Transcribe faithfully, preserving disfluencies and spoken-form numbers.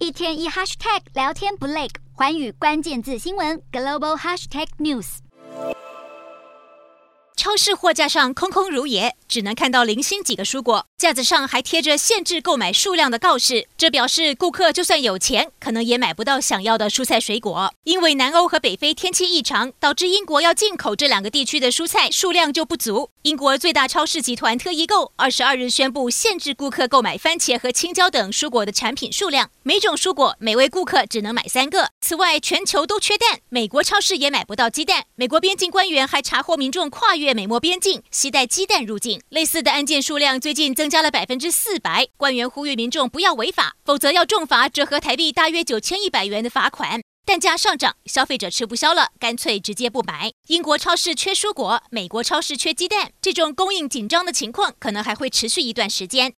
一天一 hashtag 聊天不累，寰宇关键字新闻 global hashtag news。 超市货架上空空如也，只能看到零星几个蔬果，架子上还贴着限制购买数量的告示，这表示顾客就算有钱，可能也买不到想要的蔬菜水果。因为南欧和北非天气异常，导致英国要进口这两个地区的蔬菜数量就不足。英国最大超市集团特一购二十二日宣布限制顾客购买番茄和青椒等蔬果的产品数量，每种蔬果每位顾客只能买三个。此外，全球都缺蛋，美国超市也买不到鸡蛋。美国边境官员还查获民众跨越美墨边境携带鸡蛋入境，类似的案件数量最近增加了百分之四百。官员呼吁民众不要违法，否则要重罚折合台币大约九千一百元的罚款。蛋价上涨，消费者吃不消了，干脆直接不买。英国超市缺蔬果，美国超市缺鸡蛋，这种供应紧张的情况可能还会持续一段时间。